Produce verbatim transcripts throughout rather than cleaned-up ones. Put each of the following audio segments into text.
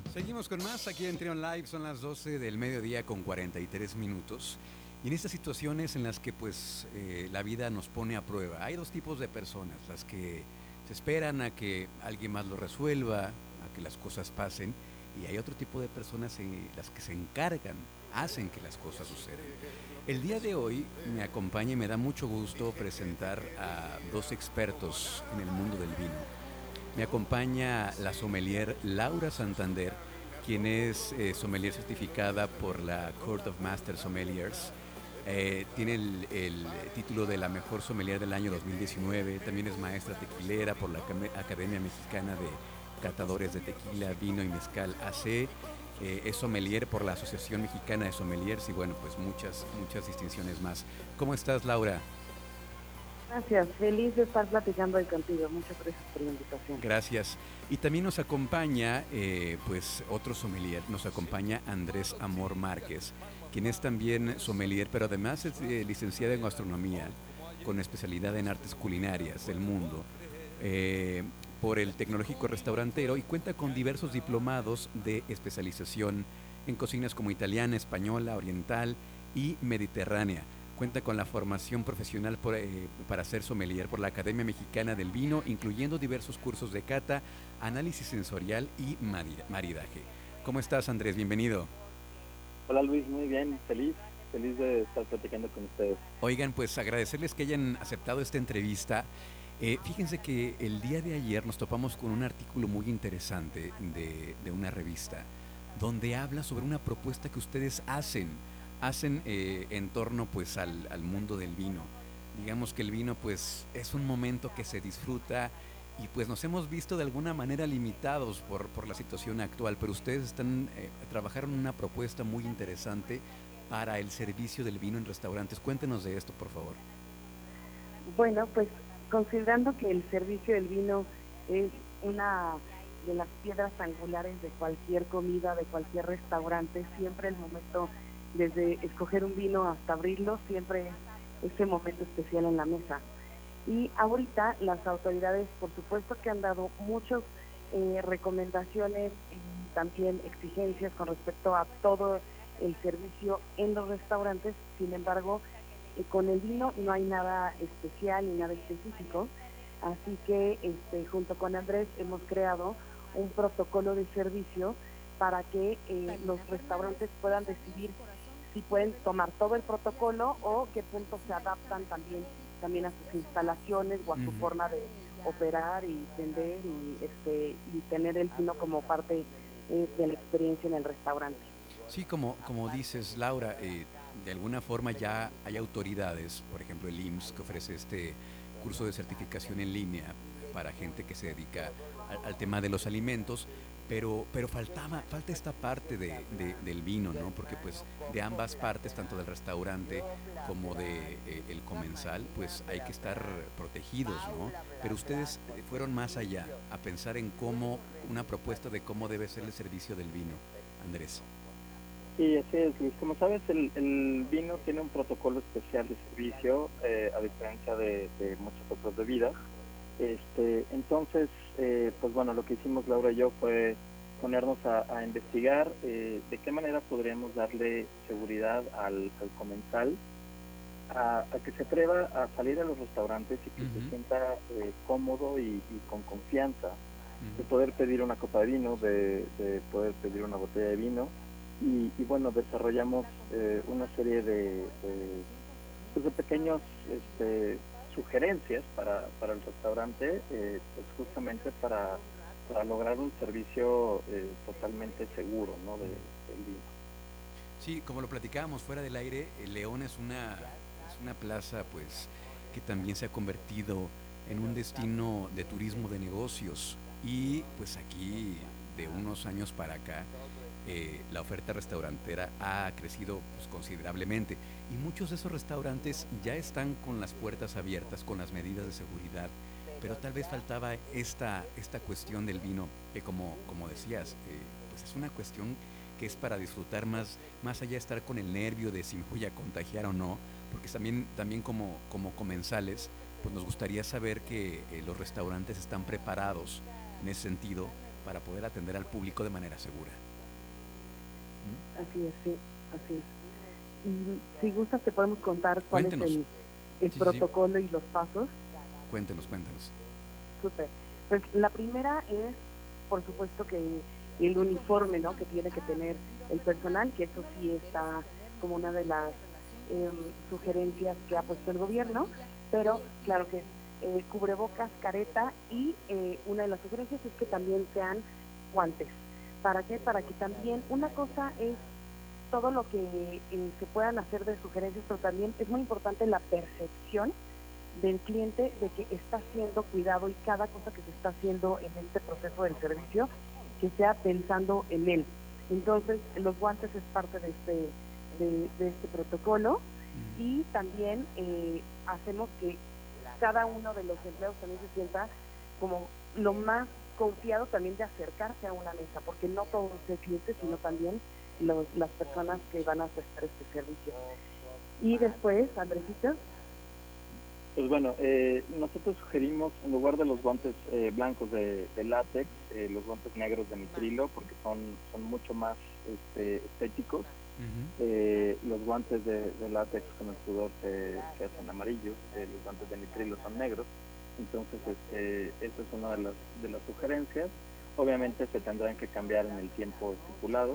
Seguimos con más aquí en Trion Live, son las doce del mediodía con cuarenta y tres minutos. Y en estas situaciones en las que pues eh, la vida nos pone a prueba, hay dos tipos de personas, las que se esperan a que alguien más lo resuelva, a que las cosas pasen, y hay otro tipo de personas eh, las que se encargan, hacen que las cosas sucedan. El día de hoy me acompaña y me da mucho gusto presentar a dos expertos en el mundo del vino. Me acompaña la sommelier Laura Santander, quien es eh, sommelier certificada por la Court of Master Sommeliers. Eh, tiene el, el título de la mejor sommelier del año dos mil diecinueve. También es maestra tequilera por la Academia Mexicana de Catadores de Tequila, Vino y Mezcal A C. Eh, es sommelier por la Asociación Mexicana de Sommeliers y bueno, pues muchas, muchas distinciones más. ¿Cómo estás, Laura? Gracias, feliz de estar platicando hoy contigo. Muchas gracias por la invitación. Gracias. Y también nos acompaña, eh, pues, otro sommelier, nos acompaña Andrés Amor Márquez, quien es también sommelier, pero además es eh, licenciado en gastronomía, con especialidad en artes culinarias del mundo, eh, por el Tecnológico Restaurantero y cuenta con diversos diplomados de especialización en cocinas como italiana, española, oriental y mediterránea. Cuenta con la formación profesional por, eh, para ser sommelier por la Academia Mexicana del Vino, incluyendo diversos cursos de cata, análisis sensorial y maridaje. ¿Cómo estás, Andrés? Bienvenido. Hola, Luis, muy bien, feliz, feliz de estar platicando con ustedes. Oigan, pues agradecerles que hayan aceptado esta entrevista. Eh, fíjense que el día de ayer nos topamos con un artículo muy interesante de, de una revista, donde habla sobre una propuesta que ustedes hacen. hacen eh, en torno pues al, al mundo del vino. Digamos que el vino pues es un momento que se disfruta y pues nos hemos visto de alguna manera limitados por, por la situación actual, pero ustedes están eh, trabajaron una propuesta muy interesante para el servicio del vino en restaurantes. Cuéntenos de esto, por favor. Bueno, pues considerando que el servicio del vino es una de las piedras angulares de cualquier comida, de cualquier restaurante, siempre el momento desde escoger un vino hasta abrirlo, siempre es ese momento especial en la mesa. Y ahorita las autoridades, por supuesto que han dado muchas eh, recomendaciones y también exigencias con respecto a todo el servicio en los restaurantes. Sin embargo, eh, con el vino no hay nada especial ni nada específico, así que este, junto con Andrés hemos creado un protocolo de servicio para que eh, los restaurantes puedan decidir si pueden tomar todo el protocolo o qué puntos se adaptan también también a sus instalaciones o a su uh-huh. forma de operar y vender y este y tener el vino como parte eh, de la experiencia en el restaurante. Sí, como como dices, Laura, eh, de alguna forma ya hay autoridades, por ejemplo el I M S S, que ofrece este curso de certificación en línea para gente que se dedica al, al tema de los alimentos. Pero, pero faltaba, falta esta parte de, de, del vino, ¿no? Porque pues de ambas partes, tanto del restaurante como de eh, el comensal, pues hay que estar protegidos, ¿no? Pero ustedes fueron más allá, a pensar en cómo, una propuesta de cómo debe ser el servicio del vino. Andrés. Sí, así es, Luis. Como sabes, el, el vino tiene un protocolo especial de servicio, eh, a diferencia de, de muchas otras bebidas. Este, entonces, eh, pues bueno, lo que hicimos Laura y yo fue ponernos a, a investigar eh, de qué manera podríamos darle seguridad al, al comensal a, a que se atreva a salir a los restaurantes y que uh-huh. se sienta eh, cómodo y, y con confianza uh-huh. de poder pedir una copa de vino, de, de poder pedir una botella de vino y, y bueno, desarrollamos eh, una serie de, de, pues de pequeños este, sugerencias para, para el restaurante, eh, pues justamente para, para lograr un servicio eh, totalmente seguro, ¿no? de, del vino. Sí, como lo platicábamos fuera del aire, León es una, es una plaza pues que también se ha convertido en un destino de turismo de negocios y pues aquí de unos años para acá Eh, la oferta restaurantera ha crecido pues, considerablemente y muchos de esos restaurantes ya están con las puertas abiertas, con las medidas de seguridad, pero tal vez faltaba esta, esta cuestión del vino, que como, como decías, eh, pues es una cuestión que es para disfrutar más, más allá de estar con el nervio de si me voy a contagiar o no, porque también, también como, como comensales, pues nos gustaría saber que eh, los restaurantes están preparados en ese sentido para poder atender al público de manera segura. ¿Mm? Así es, sí, así es. Y si gustas te podemos contar cuál Cuéntenos. es el, el sí, protocolo sí. y los pasos. Cuéntenos, cuéntenos. Súper. Pues la primera es, por supuesto, que el uniforme, ¿no?, que tiene que tener el personal, que eso sí está como una de las eh, sugerencias que ha puesto el gobierno, pero claro que eh, cubrebocas, careta y eh, una de las sugerencias es que también sean guantes. ¿Para qué? Para que también, una cosa es todo lo que eh, se puedan hacer de sugerencias, pero también es muy importante la percepción del cliente de que está siendo cuidado y cada cosa que se está haciendo en este proceso del servicio, que sea pensando en él. Entonces, los guantes es parte de este, de, de este protocolo y también eh, hacemos que cada uno de los empleados también se sienta como lo más confiado también de acercarse a una mesa, porque no todos los clientes, sino también los, las personas que van a prestar este servicio. Y después, Andresito. Pues bueno, eh, nosotros sugerimos en lugar de los guantes eh, blancos de, de látex, eh, los guantes negros de nitrilo, porque son, son mucho más este, estéticos. Uh-huh. eh, los guantes de, de látex con el sudor se, se hacen amarillos, eh, los guantes de nitrilo son negros. Entonces, este, esa es una de las, de las sugerencias. Obviamente se tendrán que cambiar en el tiempo estipulado.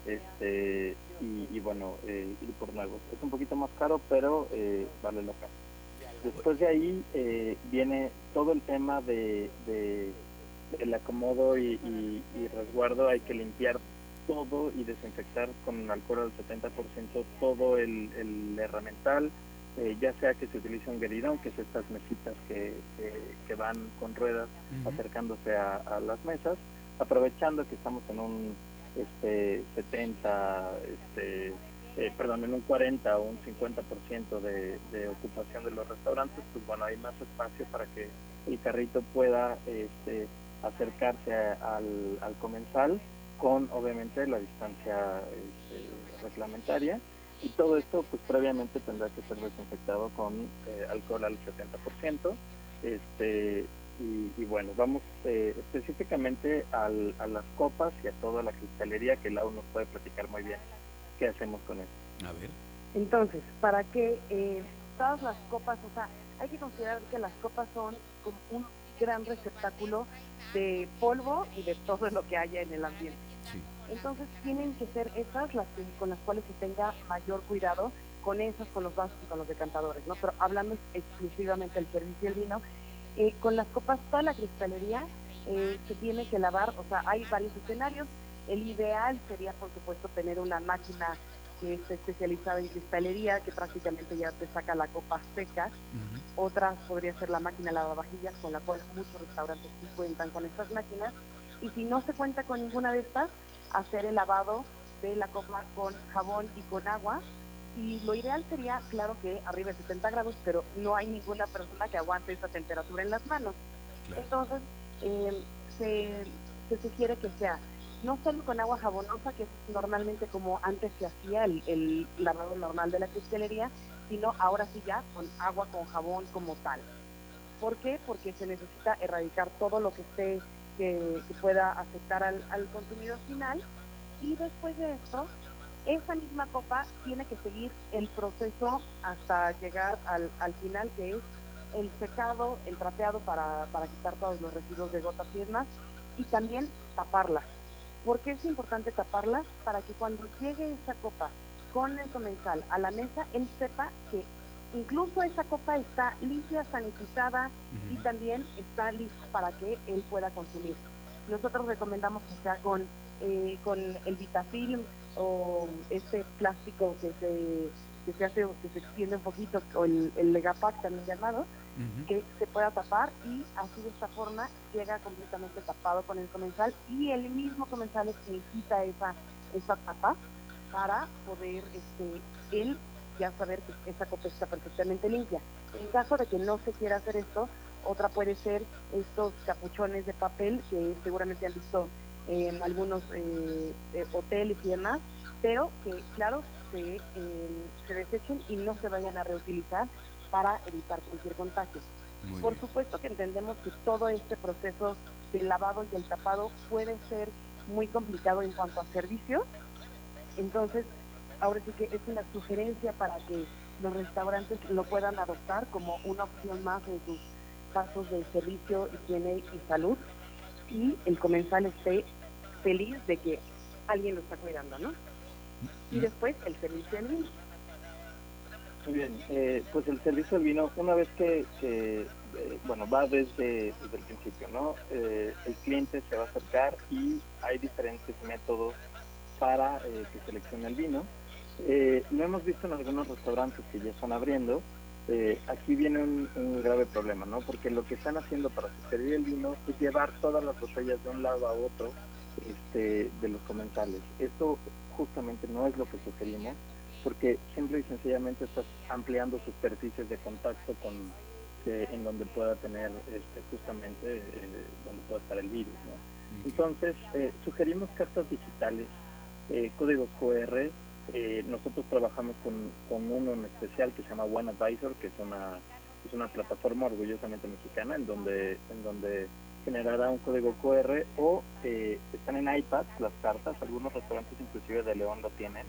Este, y, y bueno, eh, ir por nuevos. Es un poquito más caro, pero eh, vale la pena. Después de ahí eh, viene todo el tema de, de, del acomodo y, y, y resguardo. Hay que limpiar todo y desinfectar con alcohol al setenta por ciento todo el, el herramental, eh, ya sea que se utilice un gueridón, que es estas mesitas que, que, que van con ruedas uh-huh. acercándose a, a las mesas, aprovechando que estamos en un este setenta, este Eh, perdón, en un cuarenta o un cincuenta por ciento de, de ocupación de los restaurantes, pues bueno, hay más espacio para que el carrito pueda este, acercarse a, al, al comensal con obviamente la distancia este, reglamentaria, y todo esto pues previamente tendrá que ser desinfectado con eh, alcohol al setenta por ciento. Este, y, y bueno, vamos eh, específicamente al, a las copas y a toda la cristalería, que Lau nos puede platicar muy bien qué hacemos con eso. A ver. Entonces, para que eh, todas las copas, o sea, hay que considerar que las copas son como un gran receptáculo de polvo y de todo lo que haya en el ambiente. Sí. Entonces, tienen que ser esas las que, con las cuales se tenga mayor cuidado, con esas, con los vasos y con los decantadores, ¿no? Pero hablando exclusivamente del servicio del vino, eh, con las copas, toda la cristalería eh, se tiene que lavar, o sea, hay varios escenarios. El ideal sería, por supuesto, tener una máquina que esté especializada en cristalería, que prácticamente ya te saca la copa seca. Uh-huh. Otra podría ser la máquina lavavajillas, con la cual muchos restaurantes sí cuentan con estas máquinas. Y si no se cuenta con ninguna de estas, hacer el lavado de la copa con jabón y con agua. Y lo ideal sería, claro, que arriba de setenta grados, pero no hay ninguna persona que aguante esa temperatura en las manos. Claro. Entonces, eh, se, se sugiere que sea no solo con agua jabonosa, que es normalmente como antes se hacía el, el lavado normal de la cristalería, sino ahora sí ya con agua con jabón como tal. ¿Por qué? Porque se necesita erradicar todo lo que esté que, que pueda afectar al, al consumidor final, y después de esto, esa misma copa tiene que seguir el proceso hasta llegar al, al final, que es el secado, el trapeado para, para quitar todos los residuos de gotas y demás, y también taparla. ¿Por qué es importante taparlas? Para que cuando llegue esa copa con el comensal a la mesa, él sepa que incluso esa copa está limpia, sanitizada uh-huh. y también está lista para que él pueda consumir. Nosotros recomendamos que sea con, eh, con el Vitafilm o este plástico que se, que se hace, que se extiende un poquito, o el, el Legapac también llamado, uh-huh. que se pueda tapar, y así de esta forma llega completamente tapado con el comensal, y el mismo comensal es quien quita esa, esa tapa para poder este, él ya saber que esa copa está perfectamente limpia. En caso de que no se quiera hacer esto, otra puede ser estos capuchones de papel que seguramente han visto en algunos eh, eh, hoteles y demás, pero que claro se, eh, se desechen y no se vayan a reutilizar para evitar cualquier contagio. Muy Por bien. supuesto que entendemos que todo este proceso el lavado y el tapado puede ser muy complicado en cuanto a servicios. Entonces, ahora sí que es una sugerencia para que los restaurantes lo puedan adoptar como una opción más en sus pasos de servicio, higiene y salud, y el comensal esté feliz de que alguien lo está cuidando, ¿no? Y después el servicio del vino. Muy bien, eh, pues el servicio del vino, una vez que, que eh, bueno, va desde, desde el principio, ¿no? Eh, el cliente se va a acercar y hay diferentes métodos para eh, que seleccione el vino. Eh, lo hemos visto en algunos restaurantes que ya están abriendo. Eh, aquí viene un, un grave problema, ¿no? Porque lo que están haciendo para servir el vino es llevar todas las botellas de un lado a otro este, de los comensales. Esto justamente no es lo que sugerimos, porque simple y sencillamente estás ampliando superficies de contacto con eh, en donde pueda tener este, justamente eh, donde pueda estar el virus, ¿no? Entonces eh, sugerimos cartas digitales, eh, códigos cu erre. Eh, nosotros trabajamos con, con uno en especial que se llama One Advisor, que es una es una plataforma orgullosamente mexicana en donde en donde generará un código cu erre, o eh, están en iPad las cartas, algunos restaurantes inclusive de León lo tienen.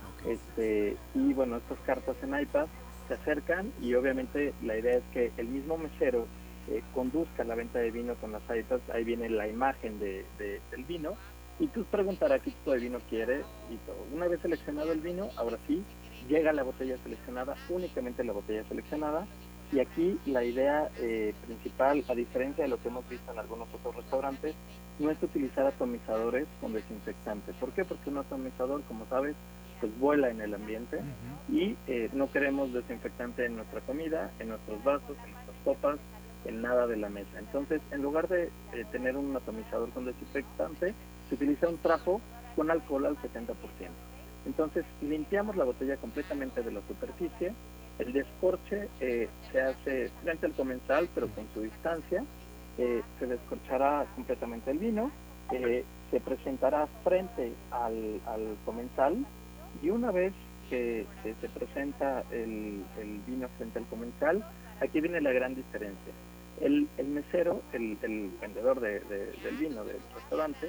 Este, y bueno, estas cartas en iPad se acercan y obviamente la idea es que el mismo mesero eh, conduzca la venta de vino con las iPads. Ahí viene la imagen de, de, del vino y tú preguntarás qué tipo de vino quiere y todo. Una vez seleccionado el vino, ahora sí, llega la botella seleccionada, únicamente la botella seleccionada, y aquí la idea eh, principal, a diferencia de lo que hemos visto en algunos otros restaurantes, no es utilizar atomizadores con desinfectante. ¿Por qué? Porque un atomizador, como sabes, pues vuela en el ambiente uh-huh. y eh, no queremos desinfectante en nuestra comida, en nuestros vasos, en nuestras copas, en nada de la mesa. Entonces, en lugar de eh, tener un atomizador con desinfectante, se utiliza un trapo con alcohol al setenta por ciento. Entonces, limpiamos la botella completamente de la superficie. El descorche eh, se hace frente al comensal, pero con su distancia. Eh, se descorchará completamente el vino, eh, se presentará frente al, al comensal. Y una vez que, que se presenta el, el vino frente al comensal, aquí viene la gran diferencia. El, el mesero, el, el vendedor de, de, del vino del restaurante,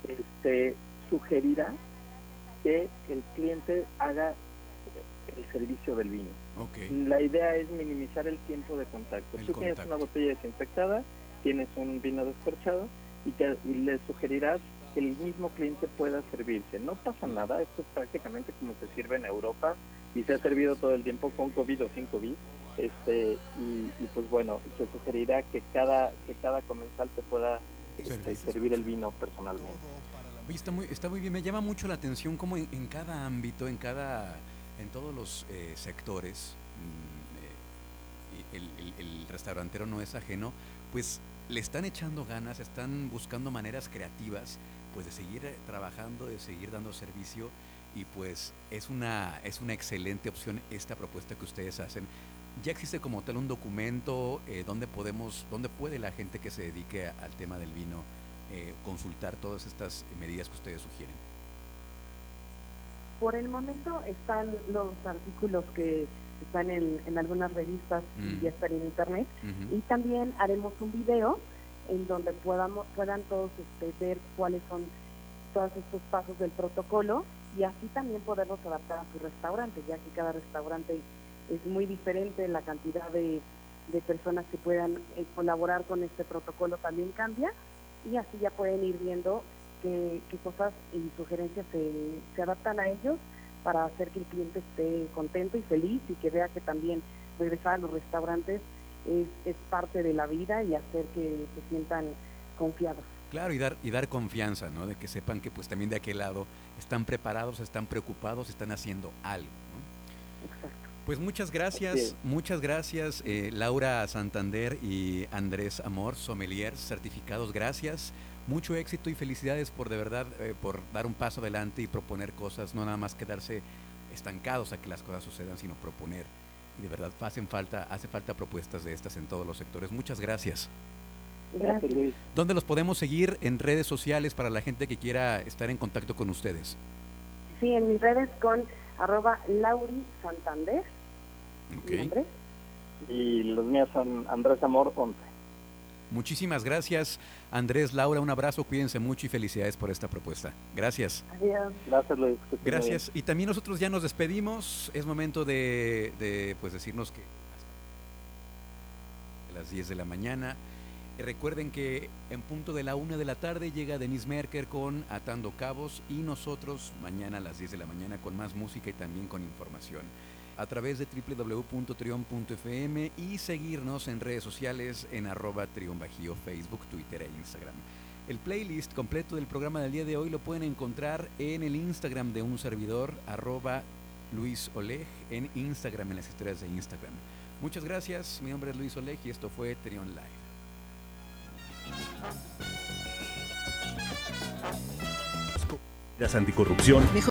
este, sugerirá que el cliente haga el servicio del vino. Okay. La idea es minimizar el tiempo de contacto. El Tú contacto. Tienes una botella desinfectada, tienes un vino descorchado y, te, y le sugerirás que el mismo cliente pueda servirse. No pasa nada, esto es prácticamente como se sirve en Europa y se ha servido todo el tiempo con COVID o sin COVID. Este, y, y pues bueno, se sugerirá que cada, que cada comensal te pueda este, servir el vino personalmente. Oye, está muy, está muy bien, me llama mucho la atención cómo en, en cada ámbito, en cada, en todos los eh, sectores, mmm, eh, el, el, el restaurantero no es ajeno, pues le están echando ganas, están buscando maneras creativas pues de seguir trabajando, de seguir dando servicio, y pues es una es una excelente opción esta propuesta que ustedes hacen. Ya existe como tal un documento eh, donde podemos, donde puede la gente que se dedique a, al tema del vino eh, consultar todas estas medidas que ustedes sugieren. Por el momento están los artículos que están en, en algunas revistas uh-huh. y ya están en internet, uh-huh. y también haremos un video en donde podamos, puedan todos este, ver cuáles son todos estos pasos del protocolo, y así también poderlos adaptar a su restaurante, ya que cada restaurante es muy diferente, la cantidad de, de personas que puedan eh, colaborar con este protocolo también cambia, y así ya pueden ir viendo qué, qué cosas y sugerencias se, se adaptan a ellos para hacer que el cliente esté contento y feliz, y que vea que también regresar a los restaurantes Es, es parte de la vida, y hacer que se sientan confiados. Claro, y dar y dar confianza, ¿no? De que sepan que pues también de aquel lado están preparados, están preocupados, están haciendo algo, ¿no? Exacto. Pues muchas gracias, sí. muchas gracias eh, Laura Santander y Andrés Amor, sommeliers certificados, gracias. Mucho éxito y felicidades por de verdad, eh, por dar un paso adelante y proponer cosas, no nada más quedarse estancados a que las cosas sucedan, sino proponer. Y de verdad hacen falta, hace falta propuestas de estas en todos los sectores. Muchas gracias. Gracias, Luis. ¿Dónde los podemos seguir en redes sociales para la gente que quiera estar en contacto con ustedes? Sí, en mis redes con arroba Lauri Santander. Okay. Y los míos son Andrés Amor once. Muchísimas gracias, Andrés, Laura, un abrazo, cuídense mucho y felicidades por esta propuesta. Gracias. Adiós. Gracias, Luis. Gracias. Y también nosotros ya nos despedimos. Es momento de, de pues decirnos que a las diez de la mañana. Recuerden que en punto de la una de la tarde llega Denise Merker con Atando Cabos y nosotros mañana a las diez de la mañana con más música y también con información a través de doble u doble u doble u punto trion punto efe eme y seguirnos en redes sociales en arroba Trión Bajío, Facebook, Twitter e Instagram. El playlist completo del programa del día de hoy lo pueden encontrar en el Instagram de un servidor, arroba Luis Oleg, en Instagram, en las historias de Instagram. Muchas gracias, mi nombre es Luis Oleg y esto fue Trión Live. Las anticorrupción.